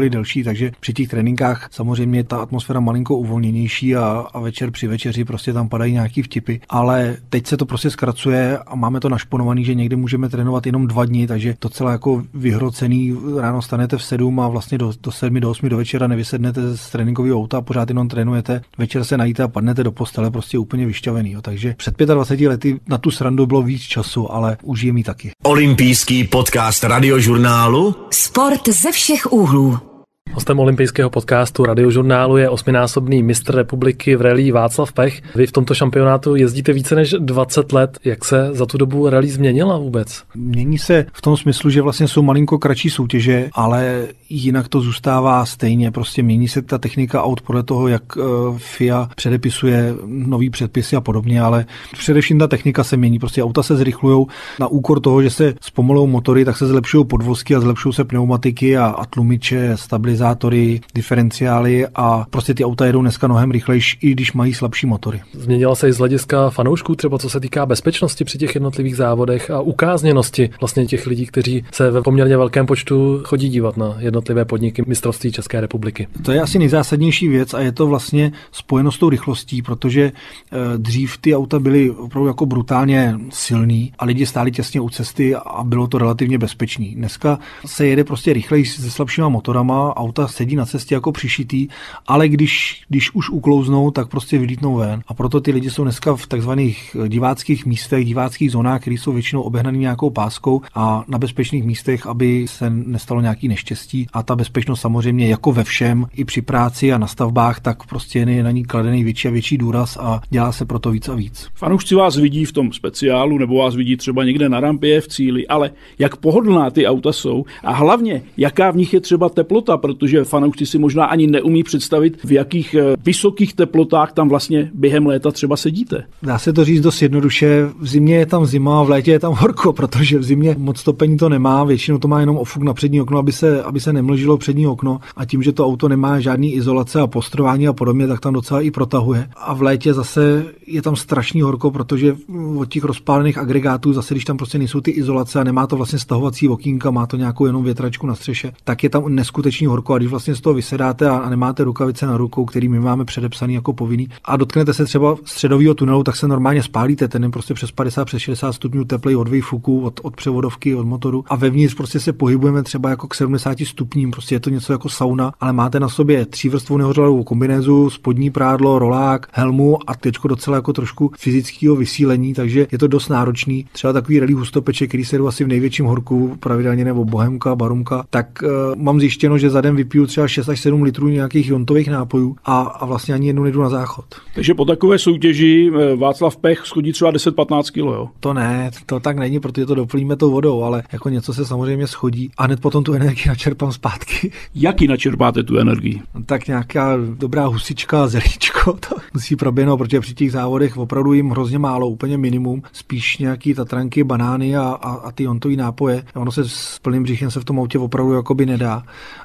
takže při těch tréninkách samozřejmě ta atmosféra malinko uvolněnější a, a večer při večeři prostě tam padají nějaký vtipy, ale teď se to prostě zkracuje a máme to našponovaný, že někde můžeme trénovat jenom dva dny, takže to celé jako vyhrocený, ráno stanete v sedm a vlastně do, do sedmi, do osmi do večera nevysednete z tréninkového auta, pořád jenom trénujete, večer se najíte a padnete do postele, prostě úplně vyšťavený. Jo. Takže před dvaceti pěti lety na tu srandu bylo víc času, ale užijem ji taky. Olympijský podcast Radiožurnálu. Sport ze všech úhlů. Hostem olympijského podcastu Radiožurnálu je osminásobný mistr republiky v rallye Václav Pech. Vy v tomto šampionátu jezdíte více než dvacet let. Jak se za tu dobu rallye změnila vůbec? Mění se v tom smyslu, že vlastně jsou malinko kratší soutěže, ale jinak to zůstává stejně. Prostě mění se ta technika aut podle toho, jak F I A předepisuje nový předpisy a podobně, ale především ta technika se mění. Prostě auta se zrychlujou na úkor toho, že se zpomalují motory, tak se zlepšují podvozky a zlepšují se pneumatiky a, a tlumiče, stabilizace, diferenciály a prostě ty auta jedou dneska mnohem rychlejší, i když mají slabší motory. Změnila se i z hlediska fanoušků, třeba co se týká bezpečnosti při těch jednotlivých závodech a ukázněnosti vlastně těch lidí, kteří se ve poměrně velkém počtu chodí dívat na jednotlivé podniky mistrovství České republiky. To je asi nejzásadnější věc a je to vlastně spojeno s tou rychlostí, protože dřív ty auta byly opravdu jako brutálně silný a lidi stáli těsně u cesty a bylo to relativně bezpečný. Dneska se jede prostě rychleji se slabšíma motorama, auta sedí na cestě jako přišitý, ale když, když už uklouznou, tak prostě vylítnou ven. A proto ty lidi jsou dneska v takzvaných diváckých místech, diváckých zónách, které jsou většinou obehnané nějakou páskou a na bezpečných místech, aby se nestalo nějaký neštěstí. A ta bezpečnost samozřejmě jako ve všem, i při práci a na stavbách, tak prostě je na ní kladený větší a větší důraz a dělá se proto víc a víc. Fanoušci vás vidí v tom speciálu nebo vás vidí třeba někde na rampě v cíli, ale jak pohodlná ty auta jsou a hlavně jaká v nich je třeba teplota, protože fanoušci si možná ani neumí představit, v jakých vysokých teplotách tam vlastně během léta třeba sedíte. Dá se to říct dost jednoduše, v zimě je tam zima a v létě je tam horko, protože v zimě moc topení to nemá, většinou to má jenom ofuk na přední okno, aby se, aby se nemlžilo přední okno a tím, že to auto nemá žádný izolace a postrování a podobně, tak tam docela i protahuje. A v létě zase je tam strašný horko, protože od těch rozpálených agregátů zase, když tam prostě nejsou ty izolace a nemá to vlastně stahovací okýnka, má to nějakou jenom větračku na střeše, tak je tam neskutečný horko a když vlastně z toho vysedáte a nemáte rukavice na rukou, který my máme předepsaný jako povinný a dotknete se třeba středového tunelu, tak se normálně spálíte, ten je prostě přes padesát, přes šedesát stupňů teplej od výfuku, od, od převodovky, od motoru a vevnitř prostě se pohybujeme třeba jako k sedmdesáti stupním, prostě je to něco jako sauna, ale máte na sobě třívrstvou nehořlavou kombinézu, spodní prádlo, rolák, helmu a teďko docela jako trošku fyzického vysílení, takže je to dost náročný. Třeba takový rally hustopeče, který se jdu asi v největším horku pravidelně nebo bohemka, barumka, tak uh, mám zjištěno, že za den vypiju třeba šest až sedm litrů nějakých jontových nápojů a, a vlastně ani jednou nejdu na záchod. Takže po takové soutěži Václav Pech schodí třeba deset patnáct kilo, jo? To ne, to tak není, protože to doplníme tou vodou, ale jako něco se samozřejmě schodí a hned potom tu energii načerpám zpátky. Jaký načerpáte tu energii? Tak nějaká dobrá husička, zelíčko, to musí proběhnout, protože při těch závodech opravdu jim hrozně málo, úplně minimum, spíš nějaký tatranky, banány a, a, a ty jontový nápoje. Ono se s plným břichem se v tom autě opravdu jakoby nedá.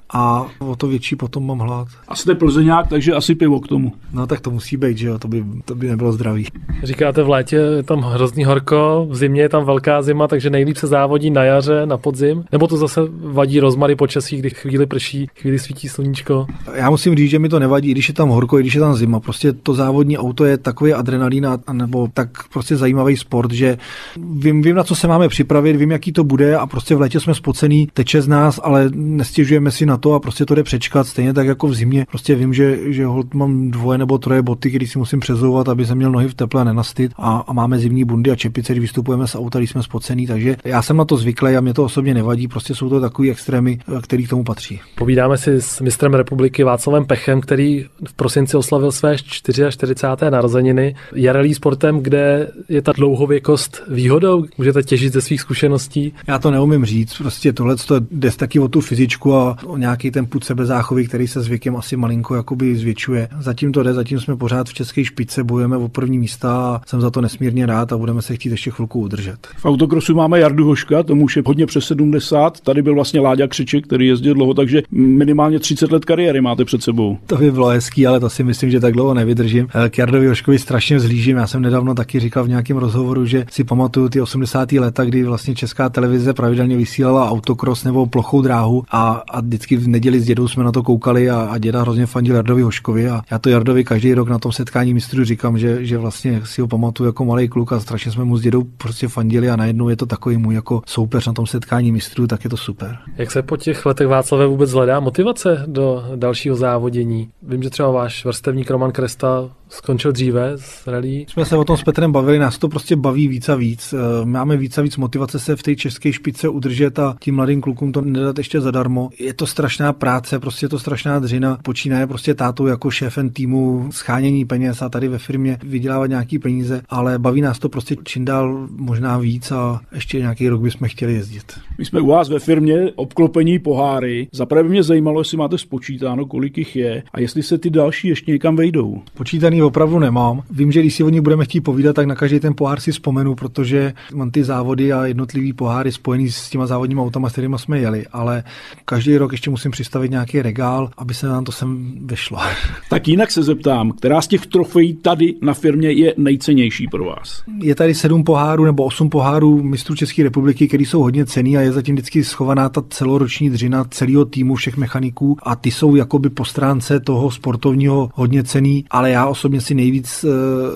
A o to větší potom mám hlad. A jste Plzeňák, takže asi pivo k tomu. No tak to musí být, že jo, to by, to by nebylo zdravý. Říkáte, v létě je tam hrozný horko, v zimě je tam velká zima, takže nejlíp se závodí na jaře, na podzim, nebo to zase vadí rozmary počasí, kdy chvíli prší, chvíli svítí sluníčko? Já musím říct, že mi to nevadí, i když je tam horko, i když je tam zima. Prostě to závodní auto je takový adrenalin a nebo tak prostě zajímavý sport, že vím, vím, na co se máme připravit, vím, jaký to bude a prostě v létě jsme spocený, teče z nás, ale nestěžujeme si na to a prostě to jde přečkat, stejně tak jako v zimě. Prostě vím, že, že holt mám dvoje nebo troje boty, které si musím přezouvat, aby jsem měl nohy v teple a nenastyt a, a máme zimní bundy a čepice, když vystupujeme z auta, když jsme spocený, takže já jsem na to zvyklý a mě to osobně nevadí, prostě jsou to takový extrémy, který k tomu patří. Povídáme si s mistrem republiky Václavem Pechem, který v prosinci oslavil své čtyřicáté čtyřiáté narozeniny. Je rally sportem, kde je ta dlouhověkost výhodou? Můžete těžit ze svých zkušeností? Já to neumím říct, prostě tohle jde taky o tu fyzičku a o nějaký ten pud sebezáchovy, který se s věkem asi malinko jakoby zvětšuje. Zatím to jde, zatím jsme pořád v české špičce, bojujeme o první místa a jsem za to nesmírně rád a budeme se chtít ještě chvilku udržet. V autokrosu máme Jardu Hoška, tomu už je hodně přes sedmdesát. Tady byl vlastně Láďa Křeček, který jezdil dlouho, takže minimálně třicet let kariéry máte před sebou. To by bylo hezký, ale to si myslím, že tak dlouho nevydržím. K Jardovi Hoškovi strašně vzhlížím. Já jsem nedávno taky říkal v nějakém rozhovoru, že si pamatuju ty osmdesátá léta, kdy vlastně česká televize pravidelně vysílala autokros nebo plochou dráhu a, a vždycky v neděli fandili, s dědou jsme na to koukali a, a děda hrozně fandil Jardovi Hoškovi a já to Jardovi každý rok na tom setkání mistrů říkám, že, že vlastně si ho pamatuju jako malý kluk a strašně jsme mu s dědou prostě fandili a najednou je to takový můj jako soupeř na tom setkání mistrů, tak je to super. Jak se po těch letech, Václave, vůbec hledá motivace do dalšího závodění? Vím, že třeba váš vrstevník Roman Kresta skončil dříve z rally. Jsme se o tom s Petrem bavili, nás to prostě baví víc a víc. Máme víc a víc motivace se v té české špičce udržet a tím mladým klukům to nedat ještě zadarmo. Je to strašná práce, prostě je to strašná dřina. Počínaje prostě tátou jako šéfem týmu, schánění peněz a tady ve firmě vydělávat nějaký peníze, ale baví nás to prostě čím dál možná víc a ještě nějaký rok bychom chtěli jezdit. My jsme u vás ve firmě obklopení poháry. Zaprvé by mě zajímalo, jestli máte spočítáno, kolik jich je a jestli se ty další ještě někam vejdou. Počítaný opravdu nemám. Vím, že když si o nich budeme chtít povídat, tak na každý ten pohár si vzpomenu, protože mám ty závody a jednotlivý poháry spojený s těma závodníma autama, s kterými jsme jeli, ale každý rok ještě musím přistavit nějaký regál, aby se nám to sem vešlo. Tak jinak se zeptám, která z těch trofejí tady na firmě je nejcennější pro vás? Je tady sedm pohárů nebo osm pohárů mistrů České republiky, který jsou hodně cenný a je zatím vždycky schovaná ta celoroční dřina celého týmu všech mechaniků a ty jsou jakoby po stránce toho sportovního hodně cenný, ale já osobně si nejvíc uh,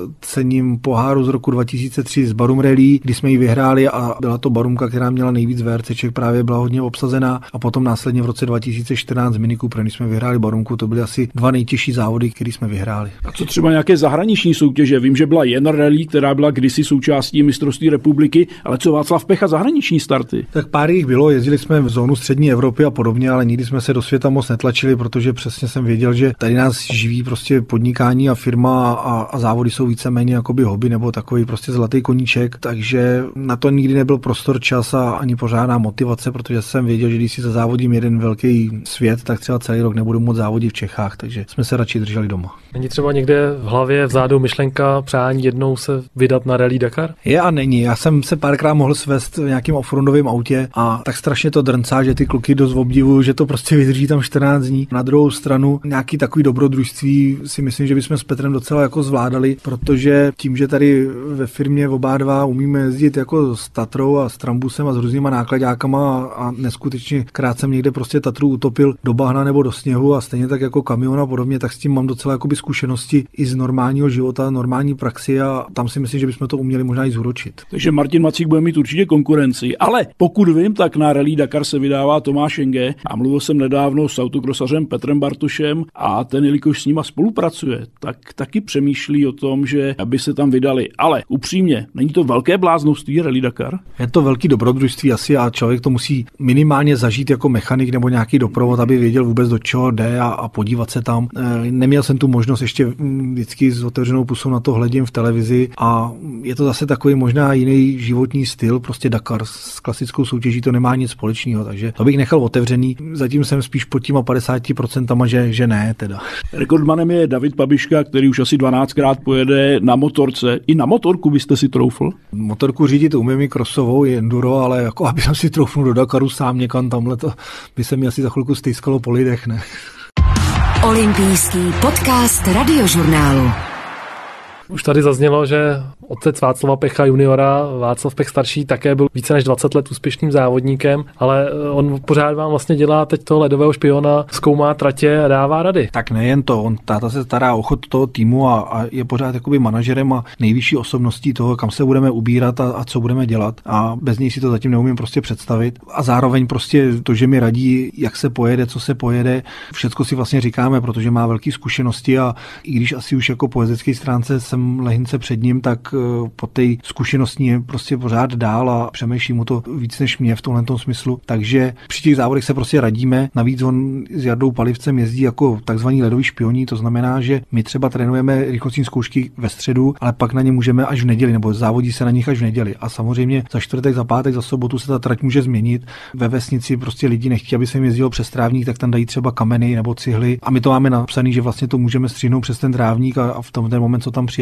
cením poháru z roku dva tisíce tři z Barum Rally, kdy jsme ji vyhráli a byla to Barumka, která měla nejvíc VRCček, právě byla hodně obsazená a potom následně v roce dva tisíce čtrnáct Mini Cooper, když jsme vyhráli Barumku, to byly asi dva nejtěžší závody, které jsme vyhráli. A co třeba nějaké zahraniční soutěže? Vím, že byla jen Rally, která byla kdysi součástí mistrovství republiky, ale co Václav Pecha zahraniční starty? Tak pár jich bylo, jezdili jsme v zónu střední Evropy a podobně, ale nikdy jsme se do světa moc netlačili, protože přesně jsem věděl, že tady nás živí prostě podnikání a firma a, a závody jsou víceméně jakoby hobby nebo takový prostě zlatý koníček, takže na to nikdy nebyl prostor, čas a ani pořádná motivace, protože jsem věděl, že když si zazávodím jeden velký svět, tak třeba celý rok nebudu moc závodit v Čechách, takže jsme se radši drželi doma. Není třeba někde v hlavě vzadu myšlenka, přání jednou se vydat na Rally Dakar? Je a není. Já jsem se párkrát mohl svést v nějakým offroadovém autě a tak strašně to drncá, že ty kluky dost obdivuju, že to prostě vydrží tam čtrnáct dní. Na druhou stranu nějaký takový dobrodružství si myslím, že bychom s Petrem docela jako zvládali, protože tím, že tady ve firmě oba dva umíme jezdit jako s Tatrou a s Trambusem a s různýma nákladákama a neskutečně krát jsem někde prostě Tatru utopil do bahna nebo do sněhu a stejně tak jako kamion a podobně, tak s tím mám docela jakoby zkušenosti i z normálního života, normální praxi a tam si myslím, že bychom to uměli možná i zúročit. Takže Martin Macík bude mít určitě konkurenci, ale pokud vím, tak na Rally Dakar se vydává Tomáš Enge a mluvil jsem nedávno s autokrosařem Petrem Bartošem a ten, jelikož s nima spolupracuje, tak taky přemýšlí o tom, že aby se tam vydali. Ale upřímně, není to velké bláznovství Rally Dakar? Je to velký dobrodružství asi a člověk to musí minimálně zažít jako mechanik nebo nějaký doprovod, aby věděl vůbec do čeho jde a, a podívat se tam. E, neměl jsem tu možnost, ještě vždycky s otevřenou pusou na to hledím v televizi a je to zase takový možná jiný životní styl, prostě Dakar s klasickou soutěží to nemá nic společného, takže to bych nechal otevřený. Zatím jsem spíš pod těma padesáti procenty, že, že ne teda. Rekordmanem je David Pabiška, který už asi dvanáctkrát pojede na motorce. I na motorku byste si troufl? Motorku řídit umím i crossovou, i enduro, ale jako aby jsem si troufnul do Dakaru sám někam tamhle, to by se mi asi za chvilku stýskalo po lidech, ne? Olympijský podcast Radiožurnálu. Už tady zaznělo, že otec Václava Pecha juniora, Václav Pech starší, také byl více než dvacet let úspěšným závodníkem, ale on pořád vám vlastně dělá teď toho ledového špiona, zkoumá tratě a dává rady. Tak nejen to, on táta se stará o chod toho týmu a, a je pořád jakoby manažerem a nejvyšší osobností toho, kam se budeme ubírat a, a co budeme dělat. A bez něj si to zatím neumím prostě představit. A zároveň prostě to, že mi radí, jak se pojede, co se pojede, všecko si vlastně říkáme, protože má velké zkušenosti a i když asi už jako po jezdecké stránce jsem lehynce před ním, tak po té zkušenostní je prostě pořád dál a přemýšlí mu to víc než mě v tomhle smyslu. Takže při těch závodech se prostě radíme. Navíc on s Jardou Palivcem jezdí jako takzvaný ledový špioní, to znamená, že my třeba trénujeme rychlostní zkoušky ve středu, ale pak na ně můžeme až v neděli, nebo závodí se na nich až v neděli. A samozřejmě za čtvrtek, za pátek, za sobotu se ta trať může změnit. Ve vesnici prostě lidi nechtějí, aby se jim jezdilo přes trávník, tak tam dají třeba kameny nebo cihly. A my to máme napsané, že vlastně to můžeme střihnout přes ten trávník a v tom ten moment, co tam přijede,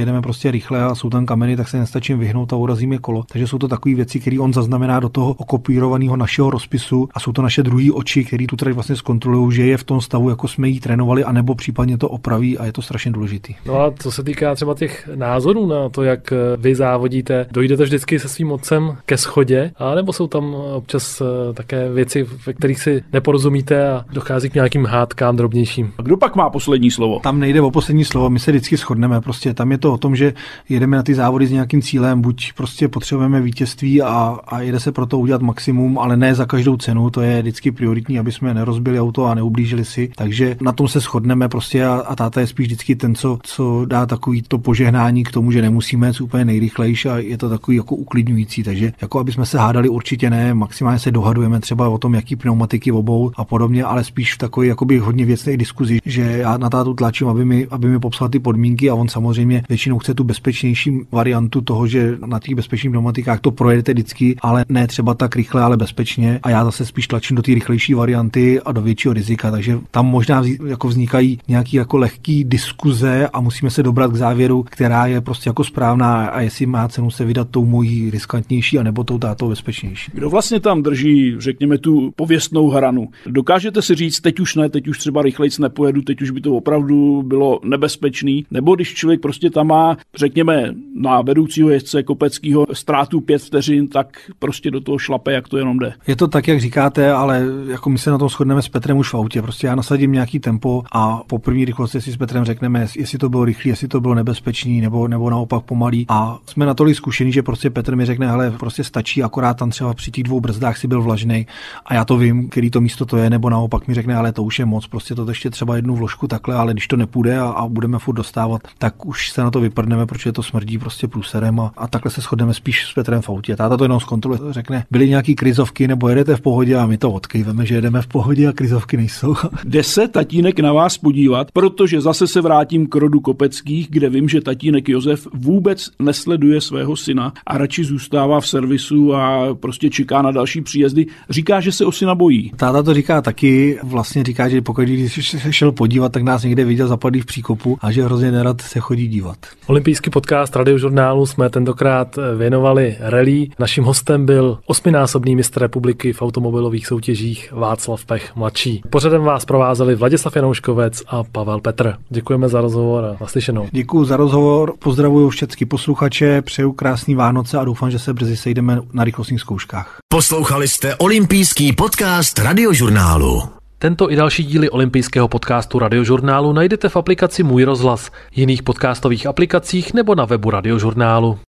jedeme prostě rychle a jsou tam kameny, tak se nestačím vyhnout a urazíme kolo. Takže jsou to takové věci, které on zaznamená do toho okopírovaného našeho rozpisu a jsou to naše druhý oči, které tu trať vlastně zkontrolují, že je v tom stavu, jako jsme jí trénovali, anebo případně to opraví a je to strašně důležitý. No a co se týká třeba těch názorů na to, jak vy závodíte, dojdete vždycky se svým otcem ke shodě, a nebo jsou tam občas také věci, ve kterých si neporozumíte a dochází k nějakým hádkám drobnějším. A kdo pak má poslední slovo? Tam nejde o poslední slovo, my se vždycky shodneme, prostě tam je to o tom, že jedeme na ty závody s nějakým cílem, buď prostě potřebujeme vítězství a, a jede se pro to udělat maximum, ale ne za každou cenu, to je vždycky prioritní, aby jsme nerozbili auto a neublížili si. Takže na tom se shodneme prostě a, a táta je spíš vždycky ten, co, co dá takový to požehnání k tomu, že nemusíme jít úplně nejrychlejší a je to takový jako uklidňující, takže jako aby jsme se hádali určitě ne, maximálně se dohadujeme třeba o tom, jaký pneumatiky obou a podobně, ale spíš v takový jakoby hodně věcné diskuzi, že já na tátu tlačím, aby mi, aby mi popsal ty podmínky a on samozřejmě většinou chce tu bezpečnější variantu toho, že na těch bezpečných pneumatikách to projedete vždycky, ale ne třeba tak rychle, ale bezpečně a já zase spíš tlačím do té rychlejší varianty a do většího rizika, takže tam možná jako vznikají nějaký jako lehký diskuze a musíme se dobrat k závěru, která je prostě jako správná a jestli má cenu se vydat tou mojí riskantnější a nebo tou tátou bezpečnější. Kdo vlastně tam drží, řekněme, tu pověstnou hranu? Dokážete si říct, teď už ne, teď už třeba rychlejc nepojedu, teď už by to opravdu bylo nebezpečný, nebo když člověk prostě tam má, řekněme, na vedoucího jezdce kopeckého ztrátu pět vteřin, tak prostě do toho šlape, jak to jenom jde. Je to tak, jak říkáte, ale jako my se na tom shodneme s Petrem už v autě. Prostě já nasadím nějaký tempo a po první rychlosti si s Petrem řekneme, jestli to bylo rychlý, jestli to bylo nebezpečný, nebo, nebo naopak pomalý. A jsme natolik zkušení, že prostě Petr mi řekne, hele, prostě stačí, akorát tam třeba při těch dvou brzdách si byl vlažnej a já to vím, který to místo to je, nebo naopak mi řekne, ale to už je moc, prostě to ještě třeba jednu vložku takhle, ale když to nepůjde a, a budeme furt dostávat, tak už se na to vyprdneme, protože to smrdí prostě průserem a, a takhle se shodneme spíš s Petrem v autě. Táta to jenom zkontroluje, řekne, byly nějaký krizovky nebo jedete v pohodě a my to odkejveme, že jedeme v pohodě a krizovky nejsou. Jde se tatínek na vás podívat, protože zase se vrátím k rodu Kopeckých, kde vím, že tatínek Josef vůbec nesleduje svého syna a radši zůstává v servisu a prostě čeká na další příjezdy. Říká, že se o syna bojí. Táta to říká taky, vlastně říká, že pokud když se šel podívat, tak nás někde viděl zapadlý v příkopu a že hrozně nerad se chodí dívat. Olympijský podcast Radiožurnálu jsme tentokrát věnovali rally. Naším hostem byl osminásobný mistr republiky v automobilových soutěžích Václav Pech mladší. Pořadem vás provázeli Vladislav Janouškovec a Pavel Petr. Děkujeme za rozhovor a naslyšenou. Děkuji za rozhovor, pozdravuju všechny posluchače, přeju krásný Vánoce a doufám, že se brzy sejdeme na rychlostních zkouškách. Poslouchali jste olympijský podcast Radiožurnálu. Tento i další díly olympijského podcastu Radiožurnálu najdete v aplikaci Můj rozhlas, jiných podcastových aplikacích nebo na webu Radiožurnálu.